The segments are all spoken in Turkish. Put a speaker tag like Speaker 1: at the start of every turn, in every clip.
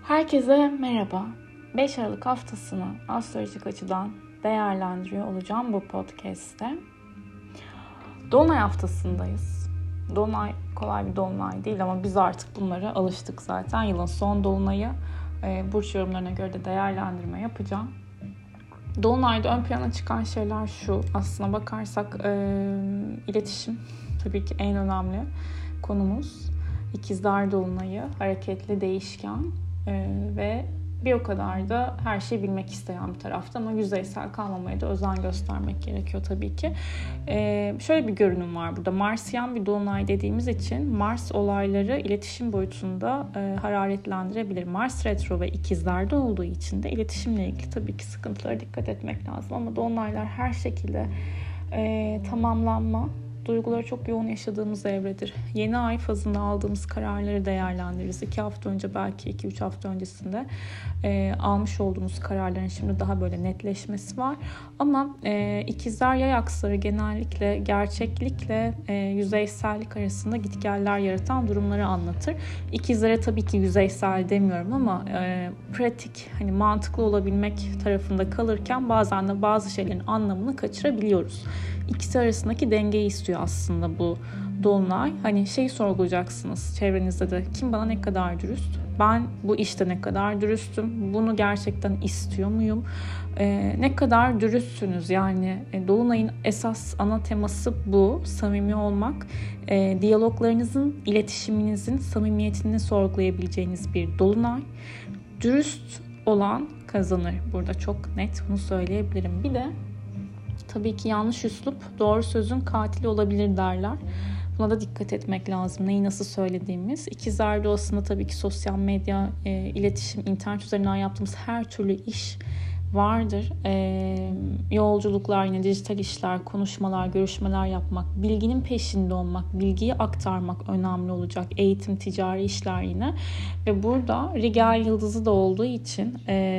Speaker 1: Herkese merhaba. 5 Aralık haftasını astrolojik açıdan değerlendiriyor olacağım bu podcast'te. Dolunay haftasındayız. Dolunay kolay bir dolunay değil ama biz artık bunlara alıştık zaten. Yılın son dolunayı burç yorumlarına göre de değerlendirme yapacağım. Dolunayda ön plana çıkan şeyler şu. Aslına bakarsak iletişim tabii ki en önemli konumuz. İkizler dolunayı, hareketli, değişken ve bir o kadar da her şeyi bilmek isteyen bir tarafta ama yüzeysel kalmamaya da özen göstermek gerekiyor tabii ki. Şöyle bir görünüm var burada. Marsiyen bir dolunay dediğimiz için Mars olayları iletişim boyutunda hararetlendirebilir. Mars retro ve ikizlerde olduğu için de iletişimle ilgili tabii ki sıkıntılara dikkat etmek lazım ama dolunaylar her şekilde tamamlanma, duyguları çok yoğun yaşadığımız evredir. Yeni ay fazında aldığımız kararları değerlendiririz. 2 hafta önce, belki 2-3 hafta öncesinde almış olduğumuz kararların şimdi daha böyle netleşmesi var. Ama ikizler yay aksları genellikle gerçeklikle yüzeysellik arasında gitgeller yaratan durumları anlatır. İkizlere tabii ki yüzeysel demiyorum ama pratik, hani mantıklı olabilmek tarafında kalırken bazen de bazı şeylerin anlamını kaçırabiliyoruz. İkisi arasındaki dengeyi istiyor aslında bu dolunay. Hani şeyi sorgulayacaksınız çevrenizde de. Kim bana ne kadar dürüst? Ben bu işte ne kadar dürüstüm? Bunu gerçekten istiyor muyum? Ne kadar dürüstsünüz? Yani dolunayın esas ana teması bu. Samimi olmak. Diyaloglarınızın, iletişiminizin samimiyetini sorgulayabileceğiniz bir dolunay. Dürüst olan kazanır. Burada çok net bunu söyleyebilirim. Bir de tabii ki yanlış üslup doğru sözün katili olabilir derler. Buna da dikkat etmek lazım. Neyi nasıl söylediğimiz. İkizler doğasında tabii ki sosyal medya, iletişim, internet üzerinden yaptığımız her türlü iş vardır. Yolculuklar, yine dijital işler, konuşmalar, görüşmeler yapmak, bilginin peşinde olmak, bilgiyi aktarmak önemli olacak. Eğitim, ticari işler yine. Ve burada Regal yıldızı da olduğu için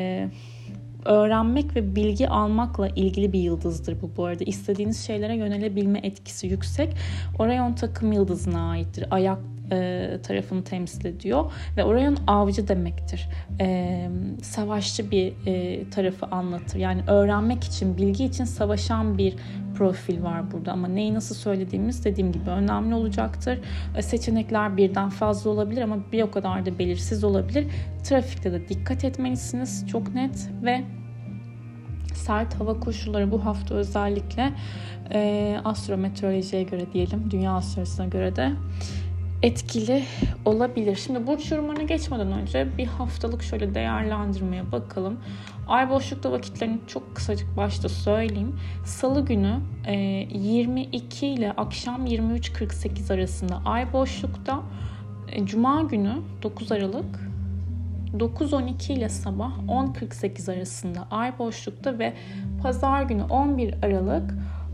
Speaker 1: öğrenmek ve bilgi almakla ilgili bir yıldızdır bu arada. İstediğiniz şeylere yönelebilme etkisi yüksek. Orion takım yıldızına aittir. Ayak tarafını temsil ediyor ve Orion avcı demektir. Savaşçı bir tarafı anlatır. Yani öğrenmek için, bilgi için savaşan bir profil var burada ama neyi nasıl söylediğimiz dediğim gibi önemli olacaktır. Seçenekler birden fazla olabilir ama bir o kadar da belirsiz olabilir. Trafikte de dikkat etmelisiniz. Çok net ve sert hava koşulları bu hafta özellikle astrometeorolojiye göre diyelim, dünya astrolojisine göre de etkili olabilir. Şimdi burç yorumlarına geçmeden önce bir haftalık şöyle değerlendirmeye bakalım. Ay boşlukta vakitlerini çok kısacık başta söyleyeyim. Salı günü 22 ile akşam 23.48 arasında ay boşlukta. Cuma günü 9 Aralık 9.12 ile sabah 10.48 arasında ay boşlukta ve pazar günü 11 Aralık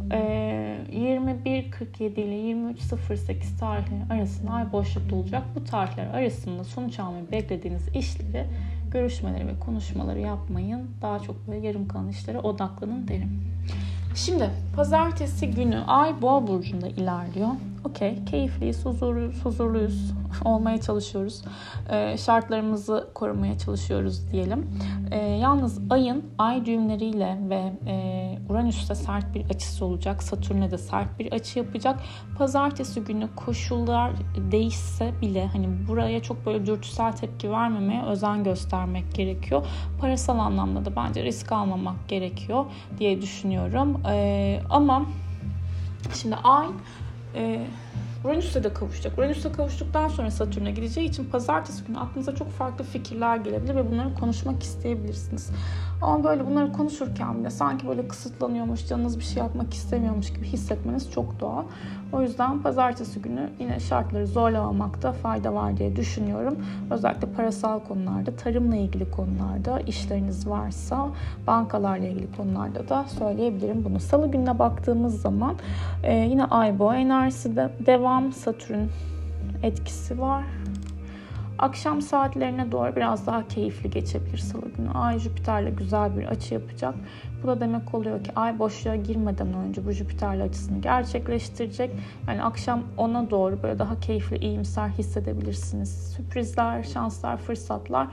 Speaker 1: 21.47 ile 23.08 tarihleri arasında ay boşlukta olacak. Bu tarihler arasında sonuç almayı beklediğiniz işleri, görüşmeleri ve konuşmaları yapmayın. Daha çok böyle yarım kalan işlere odaklanın derim. Şimdi pazartesi günü ay Boğa burcunda ilerliyor. Okey, keyifliyiz, huzurluyuz, olmaya çalışıyoruz. Şartlarımızı korumaya çalışıyoruz diyelim. Yalnız ayın ay düğümleriyle ve Uranüs'te sert bir açısı olacak. Satürn'e de sert bir açı yapacak. Pazartesi günü koşullar değişse bile hani buraya çok böyle dürtüsel tepki vermemeye özen göstermek gerekiyor. Parasal anlamda da bence risk almamak gerekiyor diye düşünüyorum. Ama şimdi ay Uranüs'e de kavuşacak. Uranüs'e kavuştuktan sonra Satürn'e gideceği için pazartesi günü aklınıza çok farklı fikirler gelebilir ve bunları konuşmak isteyebilirsiniz. Ama böyle bunları konuşurken bile sanki böyle kısıtlanıyormuş, canınız bir şey yapmak istemiyormuş gibi hissetmeniz çok doğal. O yüzden pazartesi günü yine şartları zorlamamakta fayda var diye düşünüyorum. Özellikle parasal konularda, tarımla ilgili konularda, işleriniz varsa bankalarla ilgili konularda da söyleyebilirim bunu. Salı gününe baktığımız zaman yine Ay Boğa enerjisi de devam, Satürn etkisi var. Akşam saatlerine doğru biraz daha keyifli geçebilir Salı günü. Ay Jüpiter'le güzel bir açı yapacak. Bu da demek oluyor ki Ay boşluğa girmeden önce bu Jüpiter'le açısını gerçekleştirecek. Yani akşam ona doğru böyle daha keyifli, iyimser hissedebilirsiniz. Sürprizler, şanslar, fırsatlar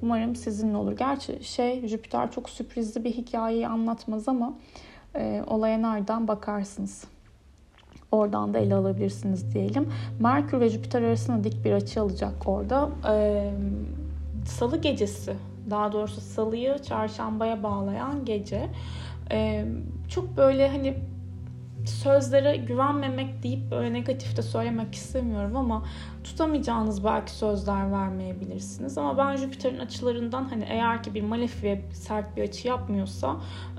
Speaker 1: Umarım sizinle olur. Gerçi Jüpiter çok sürprizli bir hikayeyi anlatmaz ama olaya nereden bakarsınız? Oradan da ele alabilirsiniz diyelim. Merkür ve Jüpiter arasında dik bir açı alacak orada. Salı gecesi, daha doğrusu Salı'yı Çarşamba'ya bağlayan gece. Çok böyle hani sözlere güvenmemek deyip böyle negatif de söylemek istemiyorum ama tutamayacağınız belki sözler vermeyebilirsiniz. Ama ben Jüpiter'in açılarından hani eğer ki bir malefiye sert bir açı yapmıyorsa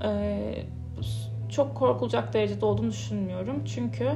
Speaker 1: çok korkulacak derecede olduğunu düşünmüyorum. Çünkü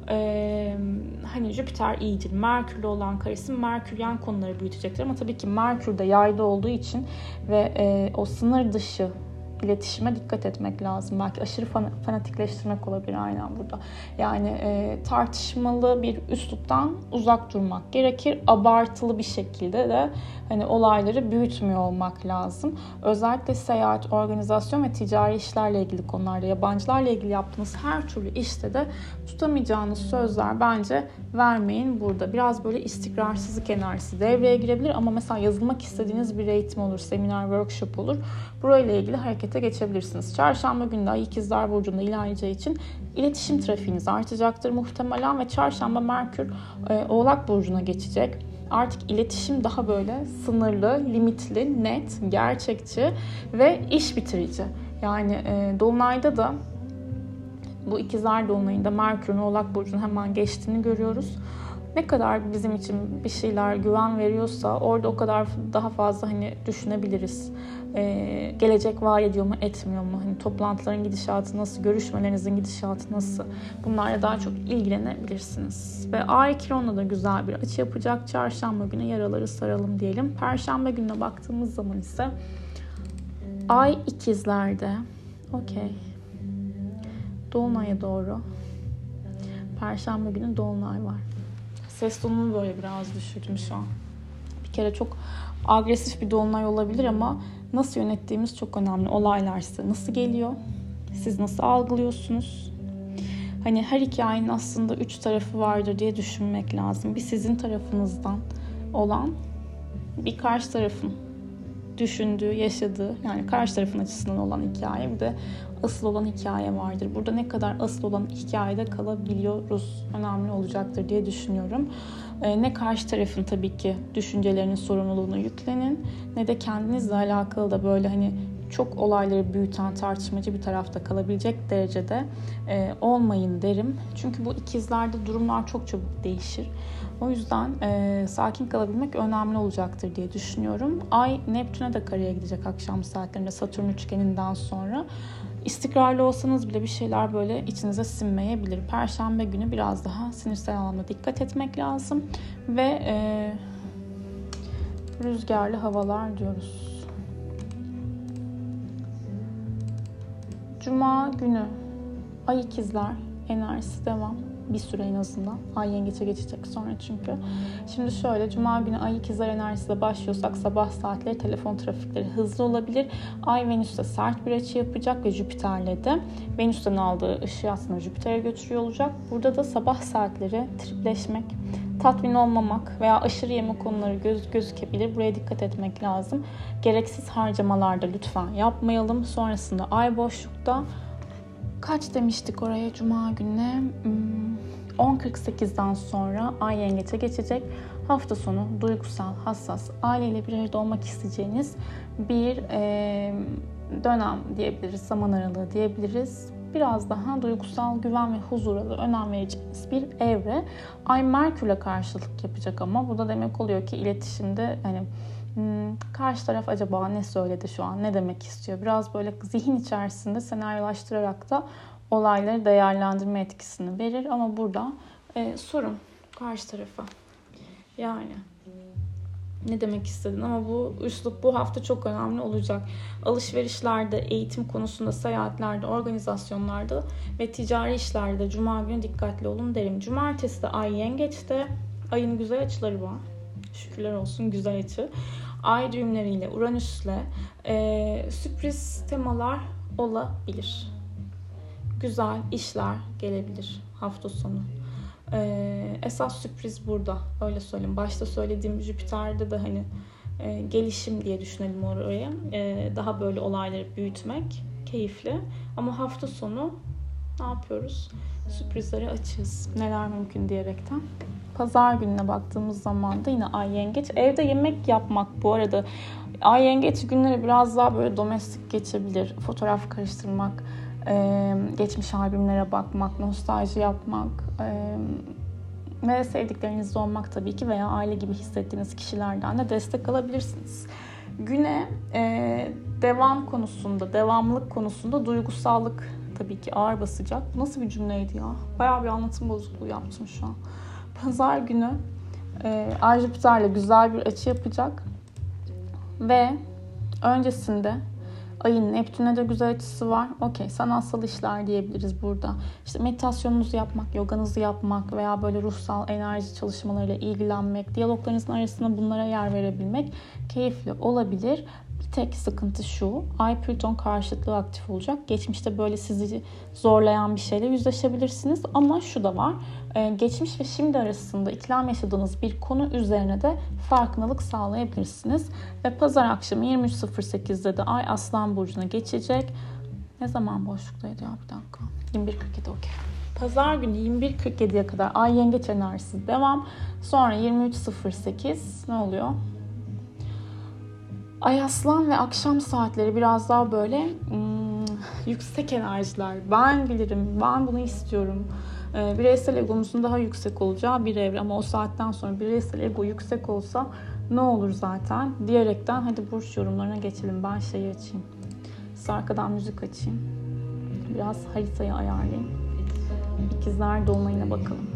Speaker 1: hani Jüpiter iyidir. Merkür'le olan karesi Merküryen konuları büyütecektir. Ama tabii ki Merkür de yayda olduğu için ve o sınır dışı iletişime dikkat etmek lazım. Belki aşırı fanatikleştirmek olabilir aynen burada. Yani tartışmalı bir üsluptan uzak durmak gerekir. Abartılı bir şekilde de hani olayları büyütmüyor olmak lazım. Özellikle seyahat, organizasyon ve ticari işlerle ilgili konularda, yabancılarla ilgili yaptığınız her türlü işte de tutamayacağınız sözler bence vermeyin burada. Biraz böyle istikrarsızlık enerjisi devreye girebilir ama mesela yazılmak istediğiniz bir eğitim olur, seminer, workshop olur. Burayla ilgili harekete geçebilirsiniz. Çarşamba günü de Ay İkizler Burcu'nda ilerleyeceği için iletişim trafiğiniz artacaktır muhtemelen ve Çarşamba Merkür Oğlak Burcu'na geçecek. Artık iletişim daha böyle sınırlı, limitli, net, gerçekçi ve iş bitirici. Yani Dolunay'da da bu İkizler Dolunay'ında Merkür'ün Oğlak Burcu'nun hemen geçtiğini görüyoruz. Ne kadar bizim için bir şeyler güven veriyorsa orada o kadar daha fazla hani düşünebiliriz. Gelecek vaat ediyor mu, etmiyor mu? Hani toplantıların gidişatı nasıl, görüşmelerinizin gidişatı nasıl? Bunlarla daha çok ilgilenebilirsiniz. Ve Ay Kiron'la da güzel bir açı yapacak. Çarşamba günü yaraları saralım diyelim. Perşembe gününe baktığımız zaman ise Ay İkizler'de. Okey. Dolunay'a doğru. Perşembe günü Dolunay var. Ses tonumu böyle biraz düşürdüm şu an. Bir kere çok agresif bir dolunay olabilir ama nasıl yönettiğimiz çok önemli. Olaylar size nasıl geliyor? Siz nasıl algılıyorsunuz? Hani her hikayenin aslında 3 tarafı vardır diye düşünmek lazım. Bir sizin tarafınızdan olan, bir karşı tarafın düşündüğü, yaşadığı, yani karşı tarafın açısından olan hikaye, bir de asıl olan hikaye vardır. Burada ne kadar asıl olan hikayede kalabiliyoruz önemli olacaktır diye düşünüyorum. Ne karşı tarafın tabii ki düşüncelerinin sorumluluğunu yüklenin, ne de kendinizle alakalı da böyle hani çok olayları büyüten, tartışmacı bir tarafta kalabilecek derecede olmayın derim. Çünkü bu ikizlerde durumlar çok çabuk değişir. O yüzden sakin kalabilmek önemli olacaktır diye düşünüyorum. Ay Neptün'e de kareye gidecek akşam saatlerinde Satürn üçgeninden sonra. İstikrarlı olsanız bile bir şeyler böyle içinize sinmeyebilir. Perşembe günü biraz daha sinirsel anlamda dikkat etmek lazım. Ve rüzgarlı havalar diyoruz. Cuma günü Ay İkizler enerjisi devam. Bir süre en azından. Ay Yengeç'e geçecek sonra çünkü. Şimdi şöyle, Cuma günü Ay İkizler enerjisiyle başlıyorsak sabah saatleri telefon trafikleri hızlı olabilir. Ay Venüs'te sert bir açı yapacak ve Jüpiter'le de. Venüs'ten aldığı ışığı aslında Jüpiter'e götürüyor olacak. Burada da sabah saatleri tripleşmek, tatmin olmamak veya aşırı yeme konuları gözükebilir. Buraya dikkat etmek lazım. Gereksiz harcamalarda lütfen yapmayalım. Sonrasında Ay boşlukta. Kaç demiştik oraya Cuma gününe? 10.48'den sonra Ay Yengeç'e geçecek. Hafta sonu duygusal, hassas, aileyle bir arada olmak isteyeceğiniz bir dönem diyebiliriz, zaman aralığı diyebiliriz. Biraz daha duygusal güven ve huzura da önem vereceğiniz bir evre. Ay Merkür'le karşılık yapacak ama bu da demek oluyor ki iletişimde hani karşı taraf acaba ne söyledi şu an, ne demek istiyor? Biraz böyle zihin içerisinde senaryolaştırarak da olayları değerlendirme etkisini verir. Ama burada sorun karşı tarafa. Yani ne demek istedin? Ama bu üslup bu hafta çok önemli olacak. Alışverişlerde, eğitim konusunda, seyahatlerde, organizasyonlarda ve ticari işlerde Cuma günü dikkatli olun derim. Cumartesi de Ay Yengeç'te. Ayın güzel açıları var. Şükürler olsun güzel açı. Ay düğümleriyle, Uranüs'le sürpriz temalar olabilir. Güzel işler gelebilir hafta sonu. Esas sürpriz burada. Öyle söyleyeyim. Başta söylediğim Jüpiter'de de hani gelişim diye düşünelim oraya. Daha böyle olayları büyütmek keyifli. Ama hafta sonu ne yapıyoruz? Sürprizlere açığız. Neler mümkün diyerekten. Pazar gününe baktığımız zaman da yine ay yengeç. Evde yemek yapmak bu arada. Ay yengeç günleri biraz daha böyle domestik geçebilir. Fotoğraf karıştırmak, geçmiş albümlere bakmak, nostalji yapmak ve sevdiklerinizde olmak tabii ki veya aile gibi hissettiğiniz kişilerden de destek alabilirsiniz. Güne devam konusunda, devamlılık konusunda duygusallık tabii ki ağır basacak. Bu nasıl bir cümleydi ya? Bayağı bir anlatım bozukluğu yaptım şu an. Pazar günü Ay Jüpiter'le güzel bir açı yapacak. Ve öncesinde ayın Neptün'e de güzel açısı var. Okey, sanatsal işler diyebiliriz burada. İşte meditasyonunuzu yapmak, yoganızı yapmak veya böyle ruhsal enerji çalışmalarıyla ilgilenmek, diyaloglarınızın arasında bunlara yer verebilmek keyifli olabilir. Bir tek sıkıntı şu, Ay Plüton karşıtlığı aktif olacak. Geçmişte böyle sizi zorlayan bir şeyle yüzleşebilirsiniz. Ama şu da var, geçmiş ve şimdi arasında ikilem yaşadığınız bir konu üzerine de farkındalık sağlayabilirsiniz. Ve pazar akşamı 23.08'de de Ay Aslan Burcu'na geçecek. Ne zaman boşluktaydı ya, bir dakika. 21.47 okey. Pazar günü 21.47'ye kadar Ay Yengeç enerjisi devam. Sonra 23.08 ne oluyor? Ay Aslan ve akşam saatleri biraz daha böyle yüksek enerjiler. Ben bilirim, ben bunu istiyorum. Bireysel egomuzun daha yüksek olacağı bir evre. Ama o saatten sonra bireysel ego yüksek olsa ne olur zaten diyerekten hadi burç yorumlarına geçelim. Ben şeyi açayım. Size arkadan müzik açayım. Biraz haritayı ayarlayayım. İkizler dolunayına bakalım.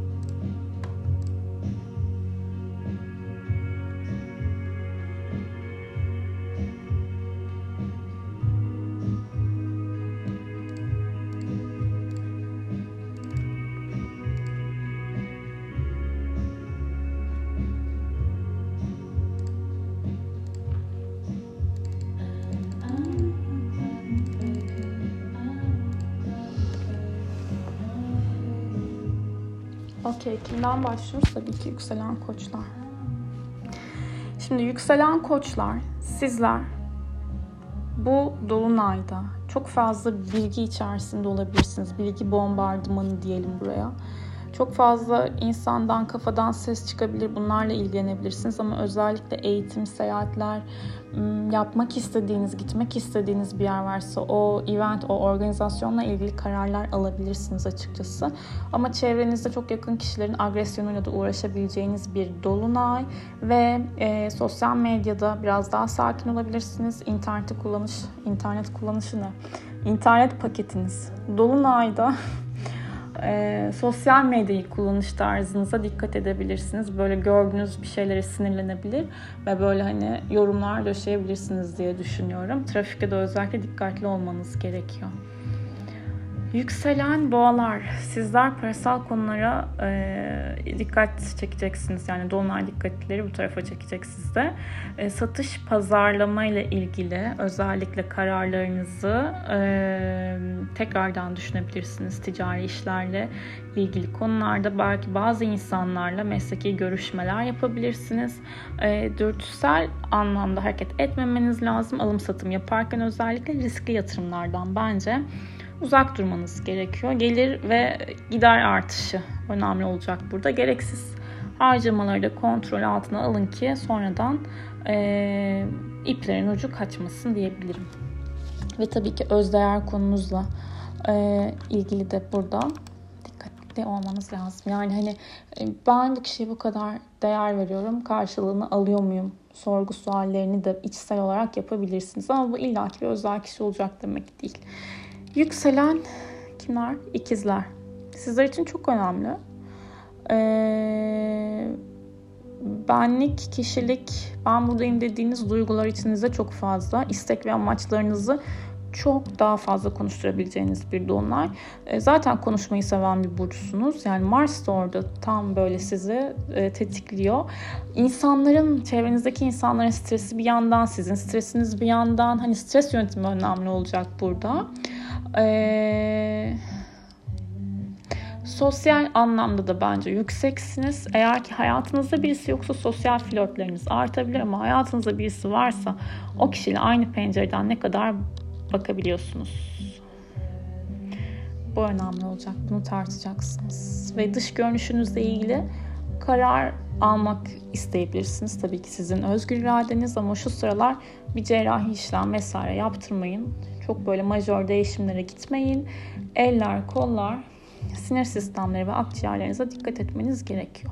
Speaker 1: Okey, kimden başlıyoruz? Tabii ki yükselen koçlar. Şimdi yükselen koçlar, sizler bu dolunayda çok fazla bilgi içerisinde olabilirsiniz. Bilgi bombardımanı diyelim buraya. Çok fazla insandan, kafadan ses çıkabilir. Bunlarla ilgilenebilirsiniz ama özellikle eğitim, seyahatler, yapmak istediğiniz, gitmek istediğiniz bir yer varsa o event, o organizasyonla ilgili kararlar alabilirsiniz açıkçası. Ama çevrenizde çok yakın kişilerin agresyonuyla da uğraşabileceğiniz bir dolunay ve sosyal medyada biraz daha sakin olabilirsiniz. İnternet kullanışı ne? İnternet paketiniz dolunayda sosyal medyayı kullanış tarzınıza dikkat edebilirsiniz. Böyle gördüğünüz bir şeylere sinirlenebilir ve böyle hani yorumlar döşeyebilirsiniz diye düşünüyorum. Trafikte de özellikle dikkatli olmanız gerekiyor. Yükselen boğalar, sizler parasal konulara dikkat çekeceksiniz. Yani dolunay dikkatleri bu tarafa çekecek sizde. Satış, pazarlama ile ilgili özellikle kararlarınızı tekrardan düşünebilirsiniz. Ticari işlerle ilgili konularda belki bazı insanlarla mesleki görüşmeler yapabilirsiniz. Dürtüsel anlamda hareket etmemeniz lazım. Alım satım yaparken özellikle riskli yatırımlardan bence uzak durmanız gerekiyor. Gelir ve gider artışı önemli olacak burada. Gereksiz harcamaları da kontrol altına alın ki sonradan iplerin ucu kaçmasın diyebilirim. Ve tabii ki özdeğer konunuzla ilgili de burada dikkatli olmanız lazım. Yani hani ben bu kişiye bu kadar değer veriyorum, karşılığını alıyor muyum? Sorgu suallerini de içsel olarak yapabilirsiniz. Ama bu illaki bir özel kişi olacak demek değil. Yükselen kimler? İkizler. Sizler için çok önemli. Benlik, kişilik, ben buradayım dediğiniz duygular içinizde çok fazla. İstek ve amaçlarınızı çok daha fazla konuşturabileceğiniz bir dolunay. Zaten konuşmayı seven bir burçsunuz. Yani Mars da orada tam böyle sizi tetikliyor. İnsanların, çevrenizdeki insanların stresi bir yandan, sizin stresiniz bir yandan. Hani stres yönetimi önemli olacak burada. Sosyal anlamda da bence yükseksiniz. Eğer ki hayatınızda birisi yoksa sosyal flörtleriniz artabilir ama hayatınızda birisi varsa o kişiyle aynı pencereden ne kadar bakabiliyorsunuz? Bu önemli olacak. Bunu tartacaksınız. Ve dış görünüşünüzle ilgili karar almak isteyebilirsiniz. Tabii ki sizin özgür iradeniz ama şu sıralar bir cerrahi işlem vesaire yaptırmayın. Çok böyle majör değişimlere gitmeyin. Eller, kollar, sinir sistemleri ve akciğerlerinize dikkat etmeniz gerekiyor.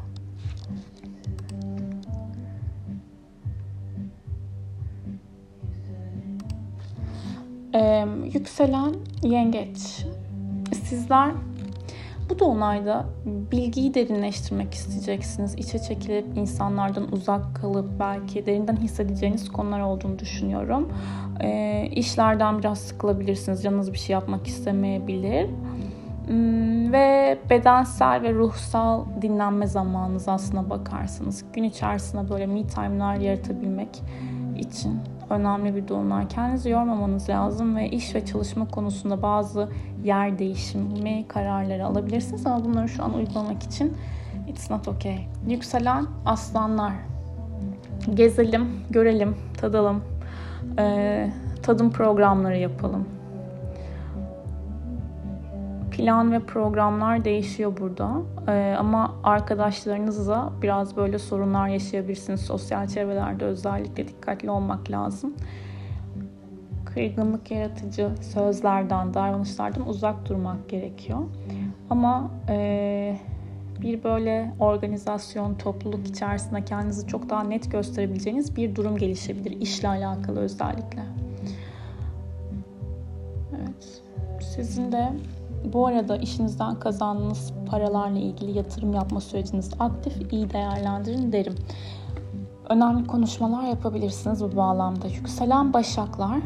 Speaker 1: Yükselen yengeç. Sizler bu dolunayda bilgiyi derinleştirmek isteyeceksiniz. İçe çekilip insanlardan uzak kalıp belki derinden hissedeceğiniz konular olduğunu düşünüyorum. İşlerden biraz sıkılabilirsiniz. Canınız bir şey yapmak istemeyebilir. Ve bedensel ve ruhsal dinlenme zamanınız aslına bakarsanız. Gün içerisinde böyle me time'lar yaratabilmek için önemli bir dolunay. Kendinizi yormamanız lazım ve iş ve çalışma konusunda bazı yer değişimi kararları alabilirsiniz ama bunları şu an uygulamak için it's not okay. Yükselen aslanlar. Gezelim, görelim, tadalım, tadım programları yapalım. Plan ve programlar değişiyor burada. Ama arkadaşlarınızla biraz böyle sorunlar yaşayabilirsiniz. Sosyal çevrelerde özellikle dikkatli olmak lazım. Kırgınlık yaratıcı sözlerden, davranışlardan uzak durmak gerekiyor. Ama bir böyle organizasyon, topluluk içerisinde kendinizi çok daha net gösterebileceğiniz bir durum gelişebilir. İşle alakalı özellikle. Evet. Sizin de bu arada işinizden kazandığınız paralarla ilgili yatırım yapma süreciniz aktif, iyi değerlendirin derim. Önemli konuşmalar yapabilirsiniz bu bağlamda. Yükselen başaklar,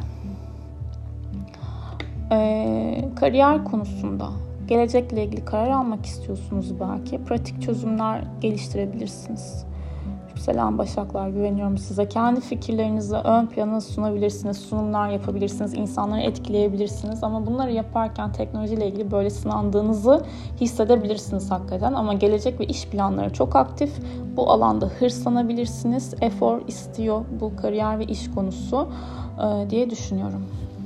Speaker 1: kariyer konusunda gelecekle ilgili karar almak istiyorsunuz belki. Pratik çözümler geliştirebilirsiniz. Yükselen başaklar, güveniyorum size. Kendi fikirlerinizi ön plana sunabilirsiniz, sunumlar yapabilirsiniz, insanları etkileyebilirsiniz. Ama bunları yaparken teknolojiyle ilgili böyle sınandığınızı hissedebilirsiniz hakikaten. Ama gelecek ve iş planları çok aktif. Bu alanda hırslanabilirsiniz. Efor istiyor bu kariyer ve iş konusu diye düşünüyorum.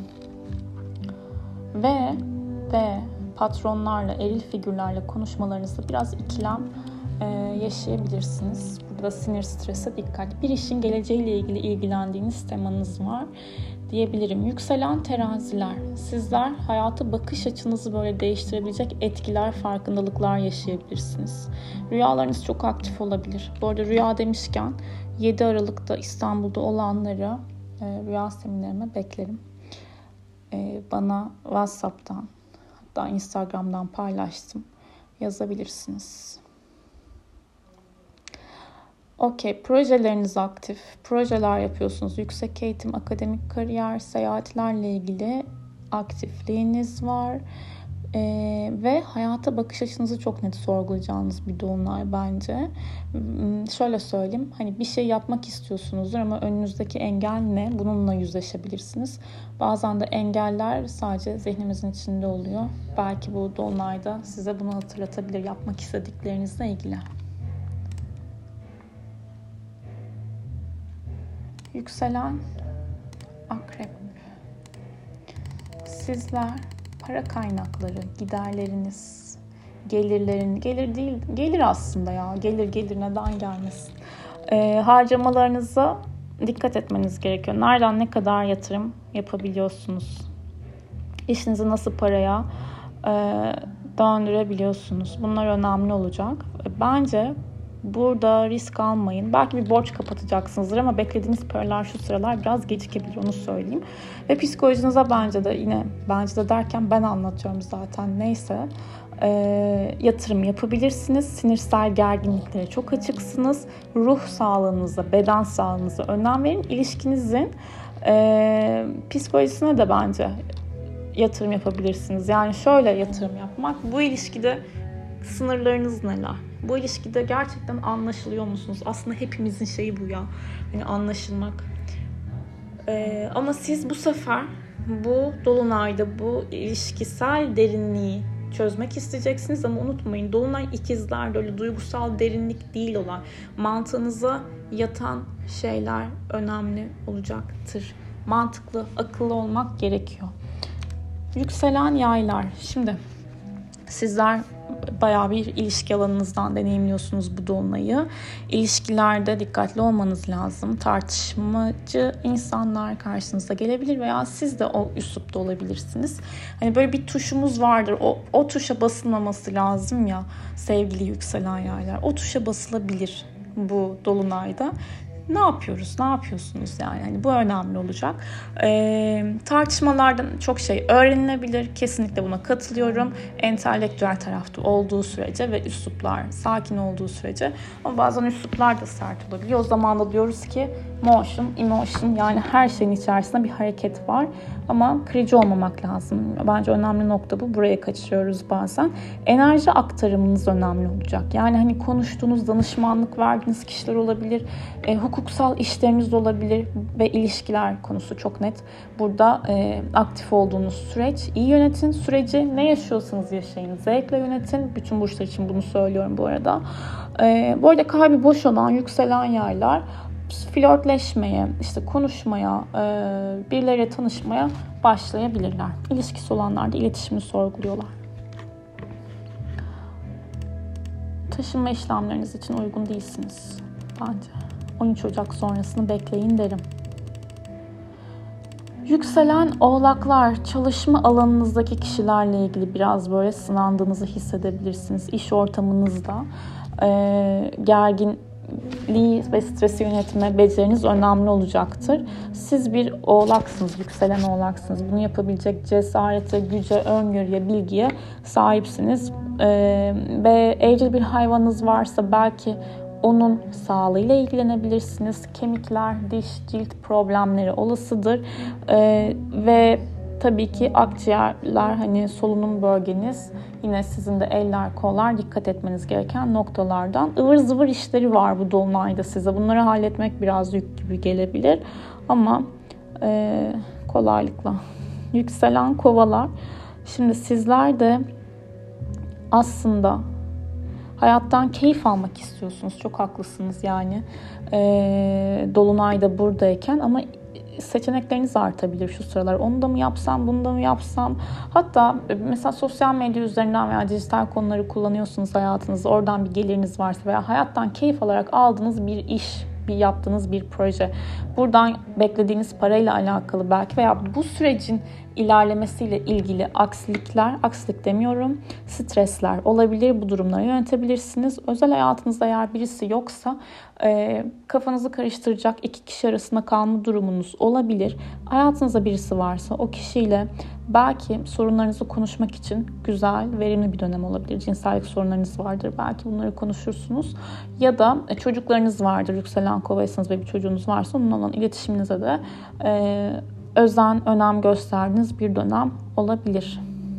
Speaker 1: Ve patronlarla, eril figürlerle konuşmalarınızda biraz ikilem yaşayabilirsiniz. Burada sinir, strese dikkat. Bir işin geleceğiyle ilgili ilgilendiğiniz temanız var diyebilirim. Yükselen teraziler. Sizler hayata bakış açınızı böyle değiştirebilecek etkiler, farkındalıklar yaşayabilirsiniz. Rüyalarınız çok aktif olabilir. Bu arada rüya demişken 7 Aralık'ta İstanbul'da olanları rüya seminerime beklerim. Bana WhatsApp'tan hatta Instagram'dan paylaştım. Yazabilirsiniz. Okey, projeleriniz aktif. Projeler yapıyorsunuz. Yüksek eğitim, akademik kariyer, seyahatlerle ilgili aktifliğiniz var. Ve hayata bakış açınızı çok net sorgulayacağınız bir dolunay bence. Şöyle söyleyeyim, hani bir şey yapmak istiyorsunuzdur ama önünüzdeki engel ne? Bununla yüzleşebilirsiniz. Bazen de engeller sadece zihnimizin içinde oluyor. Belki bu dolunayda size bunu hatırlatabilir yapmak istediklerinizle ilgili. Yükselen akrep. Sizler para kaynakları, giderleriniz, gelir aslında ya. Gelir neden gelmesin. Harcamalarınıza dikkat etmeniz gerekiyor. Nereden ne kadar yatırım yapabiliyorsunuz? İşinizi nasıl paraya döndürebiliyorsunuz? Bunlar önemli olacak. Bence burada risk almayın. Belki bir borç kapatacaksınızdır ama beklediğiniz paralar şu sıralar biraz gecikebilir, onu söyleyeyim. Ve psikolojinize bence de derken ben anlatıyorum zaten, neyse. Yatırım yapabilirsiniz. Sinirsel gerginliklere çok açıksınız. Ruh sağlığınıza, beden sağlığınıza önem verin. İlişkinizin psikolojisine de bence yatırım yapabilirsiniz. Yani şöyle yatırım yapmak. Bu ilişkide sınırlarınız neler? Bu ilişkide gerçekten anlaşılıyor musunuz? Aslında hepimizin şeyi bu ya. Yani anlaşılmak. Ama siz bu sefer bu dolunayda bu ilişkisel derinliği çözmek isteyeceksiniz ama unutmayın, dolunay ikizlerde öyle duygusal derinlik değil olan, mantığınıza yatan şeyler önemli olacaktır. Mantıklı, akıllı olmak gerekiyor. Yükselen yaylar. Şimdi sizler bayağı bir ilişki alanınızdan deneyimliyorsunuz bu dolunayı. İlişkilerde dikkatli olmanız lazım. Tartışmacı insanlar karşınıza gelebilir veya siz de o üslupta olabilirsiniz. Hani böyle bir tuşumuz vardır. O tuşa basılmaması lazım ya sevgili yükselen yaylar. O tuşa basılabilir bu dolunayda. Ne yapıyoruz? Ne yapıyorsunuz yani? Hani bu önemli olacak. Tartışmalardan çok şey öğrenilebilir. Kesinlikle buna katılıyorum. Entelektüel tarafta olduğu sürece ve üsluplar sakin olduğu sürece. Ama bazen üsluplar da sert olabiliyor. O zaman da diyoruz ki motion, emotion, yani her şeyin içerisinde bir hareket var. Ama kırıcı olmamak lazım. Bence önemli nokta bu. Buraya kaçırıyoruz bazen. Enerji aktarımınız önemli olacak. Yani hani konuştuğunuz, danışmanlık verdiğiniz kişiler olabilir. Hukuksal işleriniz olabilir ve ilişkiler konusu çok net. Burada aktif olduğunuz süreç. İyi yönetin süreci. Ne yaşıyorsanız yaşayın. Zevkle yönetin. Bütün burçlar için bunu söylüyorum bu arada. Bu arada kalbi boş olan yükselen yaylar flörtleşmeye, işte konuşmaya, birileriyle tanışmaya başlayabilirler. İlişkisi olanlar da iletişimini sorguluyorlar. Taşınma işlemleriniz için uygun değilsiniz bence. 13 Ocak sonrasını bekleyin derim. Yükselen oğlaklar, çalışma alanınızdaki kişilerle ilgili biraz böyle sınandığınızı hissedebilirsiniz. İş ortamınızda gerginliği ve stresi yönetme beceriniz önemli olacaktır. Siz bir oğlaksınız, yükselen oğlaksınız. Bunu yapabilecek cesarete, güce, öngörüye, bilgiye sahipsiniz. Ve evcil bir hayvanınız varsa belki onun sağlığıyla ilgilenebilirsiniz. Kemikler, diş, cilt problemleri olasıdır. Ve tabii ki akciğerler, hani solunum bölgeniz, yine sizin de eller, kollar dikkat etmeniz gereken noktalardan. Ivır zıvır işleri var bu dolunayda size. Bunları halletmek biraz yük gibi gelebilir ama kolaylıkla. Yükselen kovalar. Şimdi sizler de aslında hayattan keyif almak istiyorsunuz. Çok haklısınız yani. Dolunayda buradayken ama seçenekleriniz artabilir şu sıralar. Onu da mı yapsam, bunu da mı yapsam? Hatta mesela sosyal medya üzerinden veya dijital konuları kullanıyorsunuz hayatınızda. Oradan bir geliriniz varsa veya hayattan keyif alarak aldığınız bir iş, bir yaptığınız bir proje. Buradan beklediğiniz parayla alakalı belki veya bu sürecin ilerlemesiyle ilgili aksilik demiyorum, stresler olabilir. Bu durumları yönetebilirsiniz. Özel hayatınızda eğer birisi yoksa kafanızı karıştıracak iki kişi arasında kalma durumunuz olabilir. Hayatınızda birisi varsa o kişiyle belki sorunlarınızı konuşmak için güzel, verimli bir dönem olabilir. Cinsellik sorunlarınız vardır. Belki bunları konuşursunuz. Ya da çocuklarınız vardır. Yükselen kovaysanız ve bir çocuğunuz varsa onunla olan iletişiminize de önem gösterdiğiniz bir dönem olabilir.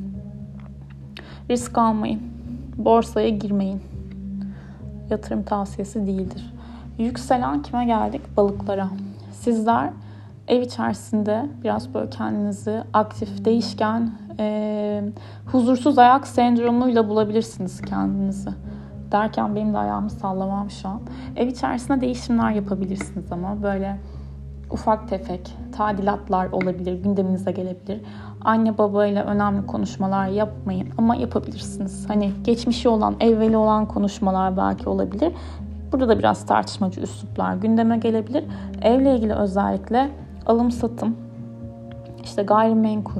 Speaker 1: Risk almayın. Borsaya girmeyin. Yatırım tavsiyesi değildir. Yükselen kime geldik? Balıklara. Sizler ev içerisinde biraz böyle kendinizi aktif, değişken, huzursuz ayak sendromuyla bulabilirsiniz kendinizi. Derken benim de ayağımı sallamam şu an. Ev içerisinde değişimler yapabilirsiniz ama böyle ufak tefek tadilatlar olabilir, gündeminize gelebilir. Anne babayla önemli konuşmalar yapmayın ama yapabilirsiniz. Hani geçmişi olan, evveli olan konuşmalar belki olabilir. Burada da biraz tartışmacı üsluplar gündeme gelebilir. Evle ilgili özellikle alım satım, işte gayrimenkul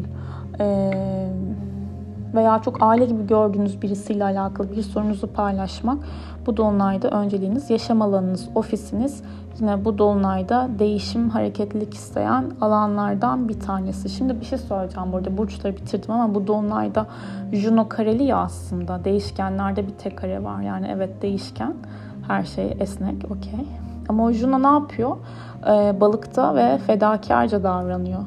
Speaker 1: veya çok aile gibi gördüğünüz birisiyle alakalı bir sorunuzu paylaşmak bu dolunayda önceliğiniz. Yaşam alanınız, ofisiniz yine bu dolunayda değişim, hareketlilik isteyen alanlardan bir tanesi. Şimdi bir şey söyleyeceğim burada. Burçları bitirdim ama bu dolunayda Juno kareli ya aslında. Değişkenlerde bir tek kare var. Yani evet değişken. Her şey esnek, okey. Ama o Juno ne yapıyor? Balıkta ve fedakarca davranıyor.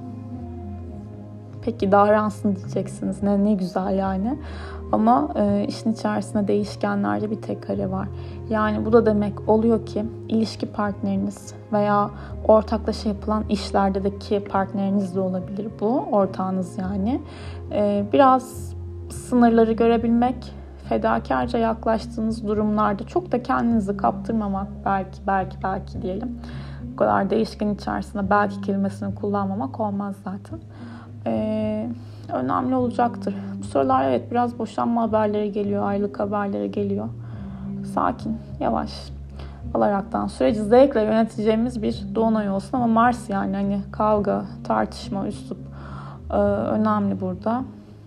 Speaker 1: Peki davransın diyeceksiniz. Ne güzel yani. Ama işin içerisinde değişkenlerde bir tek kare var. Yani bu da demek oluyor ki ilişki partneriniz veya ortaklaşa yapılan işlerdeki partneriniz de olabilir bu. Ortağınız yani. Biraz sınırları görebilmek, fedakarca yaklaştığınız durumlarda çok da kendinizi kaptırmamak, belki diyelim. Bu kadar değişken içerisinde belki kelimesini kullanmamak olmaz zaten. Önemli olacaktır. Bu sıralar evet biraz boşanma haberleri geliyor, ayrılık haberleri geliyor. Sakin, yavaş alaraktan süreci zevkle yöneteceğimiz bir dolunay olsun ama Mars yani hani kavga, tartışma, üslup önemli burada.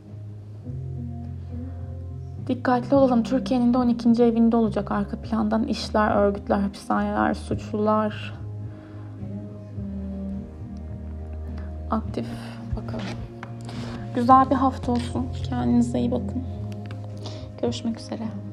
Speaker 1: Dikkatli olalım. Türkiye'nin de 12. evinde olacak arka plandan işler, örgütler, hapishaneler, suçlular aktif. Bakalım. Güzel bir hafta olsun. Kendinize iyi bakın. Görüşmek üzere.